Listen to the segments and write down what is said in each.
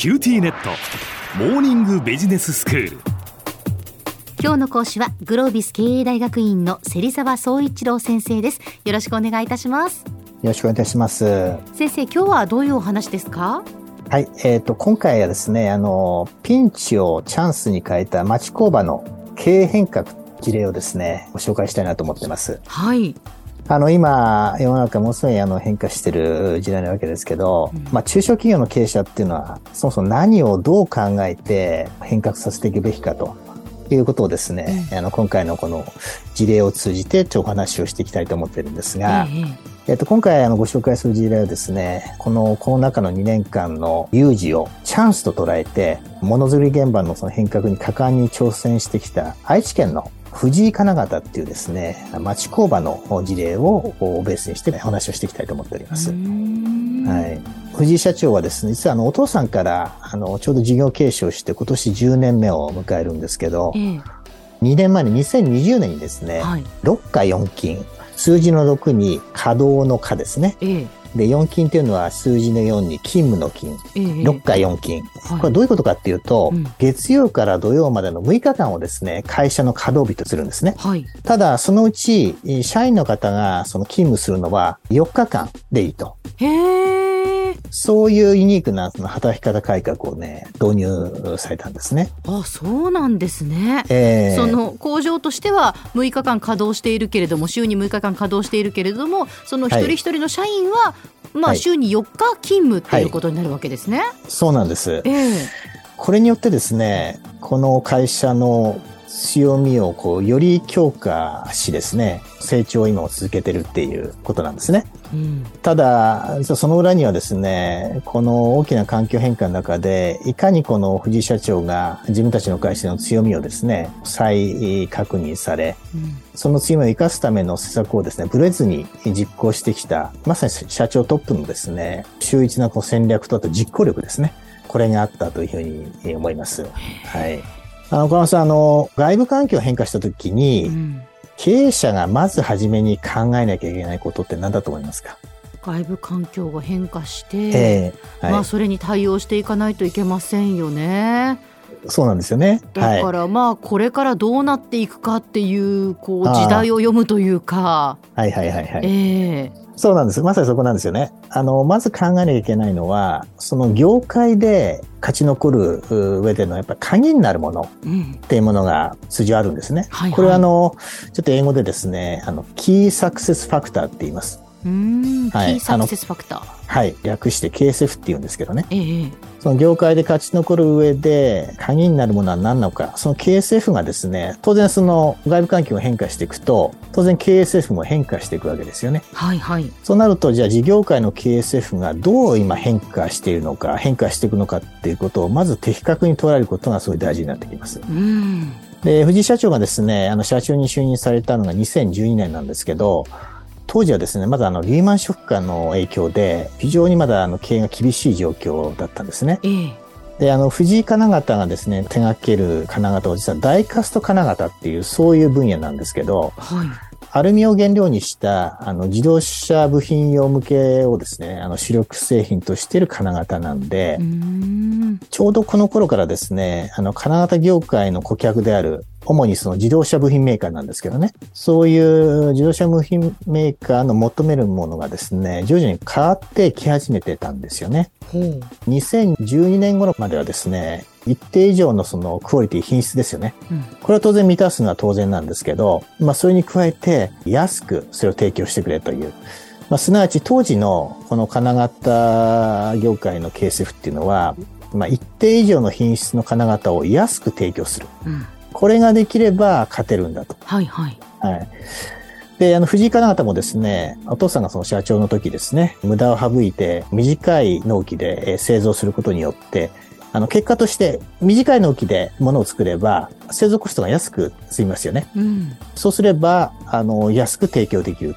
キューティーネットモーニングビジネススクール。 今日の講師はグロービス経営大学院の芹沢総一郎先生です。よろしくお願いいたします。 よろしくお願いいたします。 先生、今日はどういうお話ですか？ はい、今回はですね、ピンチをチャンスに変えた町工場の経営変革事例をですね、ご紹介したいなと思ってます。 はい。 今、世の中ものすごい変化している時代なわけですけど、中小企業の経営者っていうのは、そもそも何をどう考えて変革させていくべきかということをですね、今回のこの事例を通じてお話をしていきたいと思っているんですが、今回ご紹介する事例はですね、このコロナ禍の2年間の有事をチャンスと捉えて、ものづくり現場のその変革に果敢に挑戦してきた愛知県の藤井金型っていうですね、町工場の事例をベースにしてお話をしていきたいと思っております。はい。藤井社長はですね、実はお父さんからちょうど事業継承して今年10年目を迎えるんですけど、2年前に2020年にですね、6課4金、数字の6に稼働の課ですね。で、4金っていうのは数字の4に勤務の勤。6課4金。これどういうことかっていうと、月曜から土曜までの6日間をですね、会社の稼働日とするんですね。ただ、そのうち、社員の方がその勤務するのは4日間でいいと。そういうユニークなその働き方改革をね、導入されたんですね。 あ、そうなんですね。その工場としては6日間稼働しているけれども、週に6日間稼働しているけれども、その一人一人の社員は、週に4日勤務っていうことになるわけですね。 そうなんです。これによってですね、この会社の強みをより強化しですね、成長を今も続けてるっていうことなんですね。ただ、その裏にはですね、この大きな環境変化の中で、いかにこの藤井社長が自分たちの会社の強みをですね、再確認され、その強みを生かすための施策をですね、ぶれずに実行してきた、まさに社長トップのですね、秀逸な戦略とあと実行力ですね。これがあったというふうに思います。はい。小川さん、外部環境が変化したときに、経営者がまず初めに考えなきゃいけないことって何だと思いますか？ 外部環境が変化して、それに対応していかないといけませんよね。 そうなんですよね。 だからこれからどうなっていくかっていう時代を読むというか。そうなんです。まさにそこなんですよね。まず考えなきゃいけないのは、その業界で勝ち残る上でのやっぱ鍵になるものっていうものが筋あるんですね。これはちょっと英語でですね、キーサクセスファクターって言います。 キーサクセスファクター。 はい。略して KSF って言うんですけどね。その業界で勝ち残る上で鍵になるものは何なのか。その KSF がですね、当然その外部環境が変化していくと、当然 KSF も変化していくわけですよね。そうなると、じゃあ事業界の KSF がどう今変化しているのか、変化していくのかっていうことをまず的確に捉えることがすごい大事になってきます。で、藤井社長がですね、社長に就任されたのが2012年なんですけど、当時はですね、まだリーマンショックの影響で、非常にまだ経営が厳しい状況だったんですね。で、藤井金型がですね、手掛ける金型は実はダイカスト金型っていう、そういう分野なんですけど、アルミを原料にした自動車部品用向けをですね、主力製品としている金型なんで、ちょうどこの頃からですね、金型業界の顧客である、主にその自動車部品メーカーなんですけどね、そういう自動車部品メーカーの求めるものがですね、徐々に変わってき始めてたんですよね。2012年頃まではですね、一定以上のそのクオリティ、品質ですよね。これは当然満たすのは当然なんですけど、それに加えて安くそれを提供してくれという。すなわち当時のこの金型業界の KSF っていうのは、一定以上の品質の金型を安く提供する。これができれば勝てるんだと。で、藤井金型もですね、お父さんがその社長の時ですね、無駄を省いて短い納期で製造することによって、結果として短い納期で物を作れば製造コストが安く済みますよね。そうすれば安く提供できると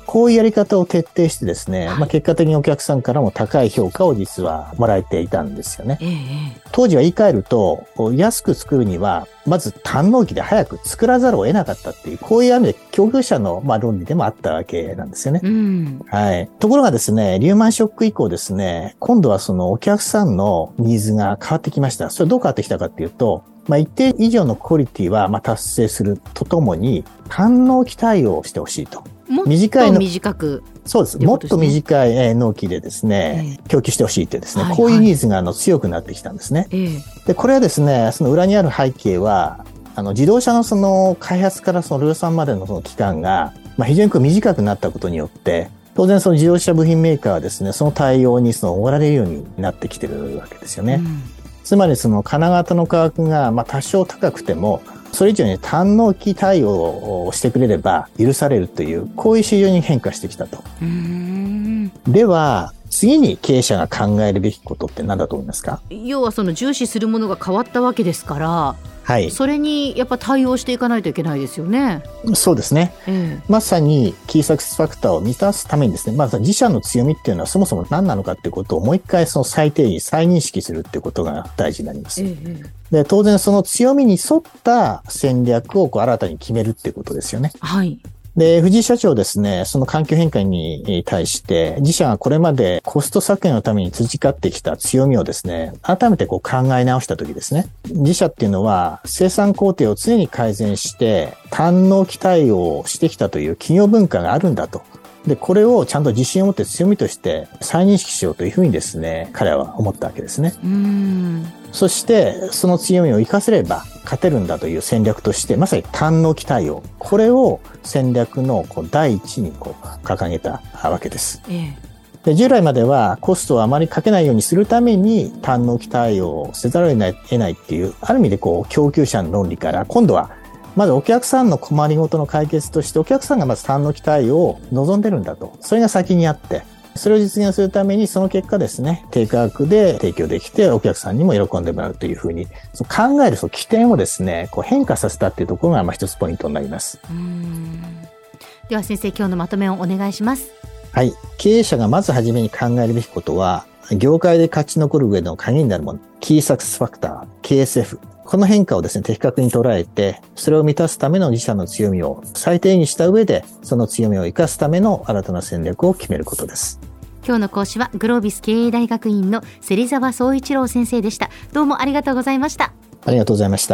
こういうやり方を徹底してですね、結果的にお客さんからも高い評価を実はもらえていたんですよね。当時は言い換えると、安く作るには、まず単納期で早く作らざるを得なかったっていう、こういう意味で供給者の論理でもあったわけなんですよね。はい。ところがですね、リーマンショック以降ですね、今度はそのお客さんのニーズが変わってきました。それどう変わってきたかっていうと、一定以上のクオリティは達成するとともに、単納期対応をしてほしいと。 もっと短く。 そうです。もっと短い納期でですね、供給してほしいってですね、こういうニーズが強くなってきたんですね。で、これはですね、その裏にある背景は、自動車のその開発からその量産までのその期間が、非常に短くなったことによって、当然その自動車部品メーカーはですね、その対応に追われるようになってきてるわけですよね。つまりその金型の価格が多少高くても、それ以上に単納期対応をしてくれれば許されるという、こういう市場に変化してきたと。では、次に経営者が考えるべきことって何だと思いますか？ 要はその重視するものが変わったわけですから、はい、それにやっぱ対応していかないといけないですよね。 そうですね。まさにキーサクセスファクターを満たすためにですね、まず自社の強みっていうのはそもそも何なのかっていうことをもう一回その再定義、再認識するっていうことが大事になります。で、当然その強みに沿った戦略を新たに決めるっていうことですよね。はい。で、藤井社長ですね、その環境変化に対して、自社がこれまでコスト削減のために培ってきた強みをですね、改めて考え直したときですね、自社っていうのは生産工程を常に改善して単納期対応をしてきたという企業文化があるんだと。で、これをちゃんと自信を持って強みとして再認識しようというふうにですね、彼らは思ったわけですね。そして、その強みを活かせれば勝てるんだという戦略として、まさに単納期対応。これを戦略の第一に掲げたわけです。で、従来まではコストをあまりかけないようにするために単納期対応をせざるを得ないっていう、ある意味で供給者の論理から、今度はまずお客さんの困りごとの解決としてお客さんがまず単納期対応を望んでるんだと。それが先にあって、それを実現するためにその結果ですね、低価格で提供できてお客さんにも喜んでもらうというふうに、考える起点をですね、変化させたっていうところが一つポイントになります。 では先生、今日のまとめをお願いします。 はい。経営者がまず初めに考えるべきことは、業界で勝ち残る上の鍵になるもの、キーサクセスファクター、KSF。この変化をですね、的確に捉えて、それを満たすための自社の強みを再定義した上で、その強みを生かすための新たな戦略を決めることです。 今日の講師はグロービス経営大学院の芹沢総一郎先生でした。どうもありがとうございました。 ありがとうございました。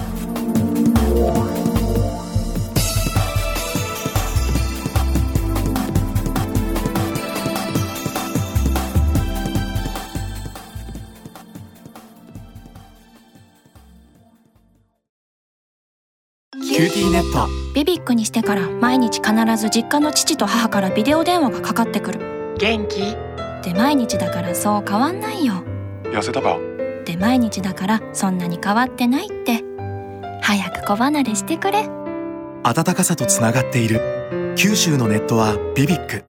キューティーネット。 ビビックにしてから毎日必ず実家の父と母からビデオ電話がかかってくる。 元気？ で毎日だからそう変わんないよ。 痩せたか？ で毎日だからそんなに変わってないって。早く子離れしてくれ。 温かさとつながっている九州のネットはビビック。